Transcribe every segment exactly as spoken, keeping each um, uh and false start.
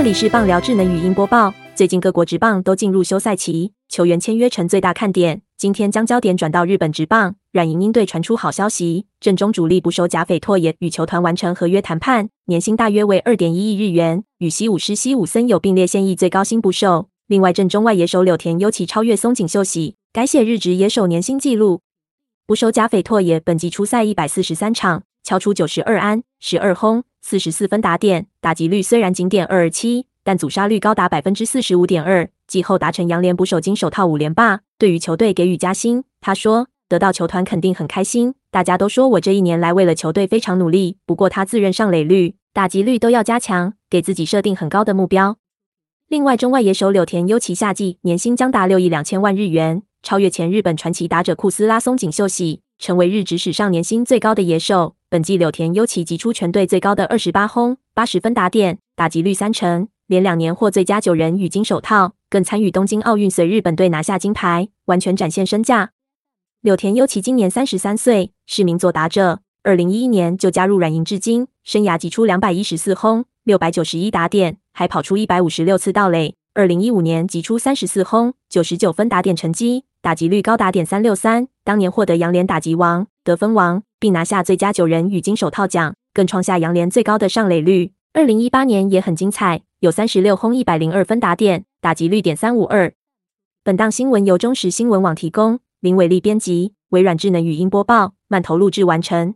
这里是棒聊智能语音播报。最近各国职棒都进入休赛期，球员签约成最大看点。今天将焦点转到日本职棒，软银鹰队传出好消息，阵中主力捕手甲斐拓也与球团完成合约谈判，年薪大约为 二点一亿日元，与西武狮西武森友并列现役最高薪捕手。另外，阵中外野手柳田优起超越松井秀喜，改写日职野手年薪纪录。捕手甲斐拓也本季出赛一百四十三场，敲出九十二安、十二轰、四十四分打点，打击率虽然仅点二二七，但阻杀率高达 百分之四十五点二， 季后达成洋联捕手金手套五连霸。对于球队给予加薪，他说：“得到球团肯定很开心，大家都说我这一年来为了球队非常努力。不过他自认上垒率、打击率都要加强，给自己设定很高的目标。”另外，中外野手柳田优起夏季年薪将达六亿两千万日元，超越前日本传奇打者库斯拉松井秀喜，成为日职史上年薪最高的野手。本季柳田优起击出全队最高的二十八轰、八十分打点，打击率三成，连两年获最佳九人与金手套，更参与东京奥运随日本队拿下金牌，完全展现身价。柳田优起今年三十三岁，是名左打者，二零一一年就加入软银至今，生涯击出两百一十四轰、六百九十一打点，还跑出一百五十六次盗垒。二零一五年击出三十四轰、九十九分打点成绩，打击率高达点三六三，当年获得洋联打击王、得分王，并拿下最佳九人与金手套奖，更创下洋联最高的上垒率。二零一八年也很精彩，有三十六轰一百零二分打点，打击率点三五二。本档新闻由中时新闻网提供，林伟丽编辑，微软智能语音播报，慢投录制完成。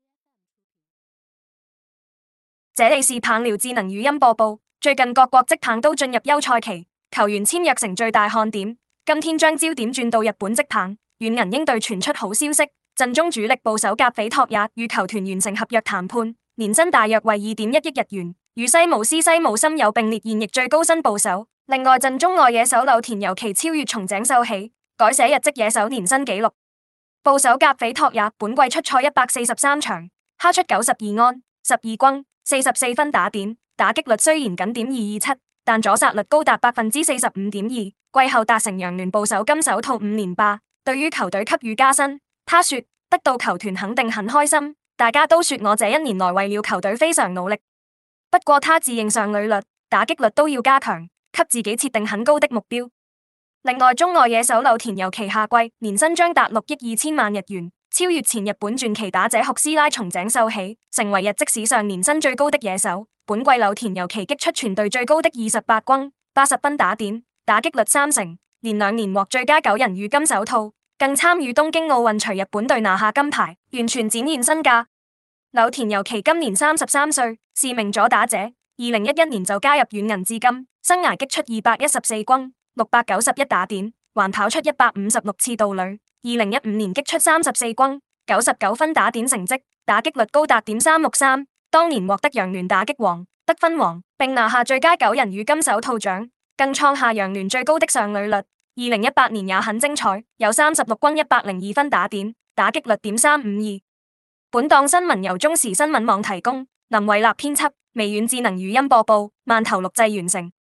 這裡是棒聊智能語音播報。最近各國職棒都進入休賽期，球員簽約成最大看點。今天將焦點轉到日本職棒，軟銀鷹隊傳出好消息，陣中主力捕手甲斐拓也與球團完成合約談判，年薪大約為 二點一億日元，與西武獅西武森友並列現役最高薪捕手。另外，陣中外野手柳田悠岐超越松井秀喜，改寫日職野手年薪紀錄。捕手甲斐拓也本季出賽一百四十三場，敲出九十二安、十二轟、四十四分打點。打擊率雖然僅點二二七，但阻殺率高達百分之四十五點二。季後達成洋聯捕手金手套五連霸，對於球隊給予加薪，他說得到球團肯定很開心。大家都說我這一年來為了球隊非常努力。不過他自認上壘率、打擊率都要加強，給自己設定很高的目標。另外，中外野手柳田悠岐下季年薪將達六億二千萬日元，超越前日本傳奇打者酷斯拉松井秀喜，成為日職史上年薪最高的野手。本季柳田悠岐擊出全隊最高的二十八轟、八十分打點，打擊率三成，連兩年獲最佳九人與金手套，更參與東京奧運隨日本隊拿下金牌，完全展現身價。柳田悠岐今年三十三歲，是名左打者，二零一一年就加入軟銀至今，生涯擊出二百一十四轟、六百九十一打點，還跑出一百五十六次盜壘。二零一五年擊出三十四轟、九十九分打點成績，打擊率高達點三六三。當年獲得洋聯打擊王、得分王，並拿下最佳九人與金手套獎，更創下洋聯最高的上壘率。二零一八年也很精彩，有三十六轟一百零二分打點，打擊率點三五二。本檔新聞由中時新聞網提供，林偉立編輯，微軟智能語音播報，慢頭錄製完成。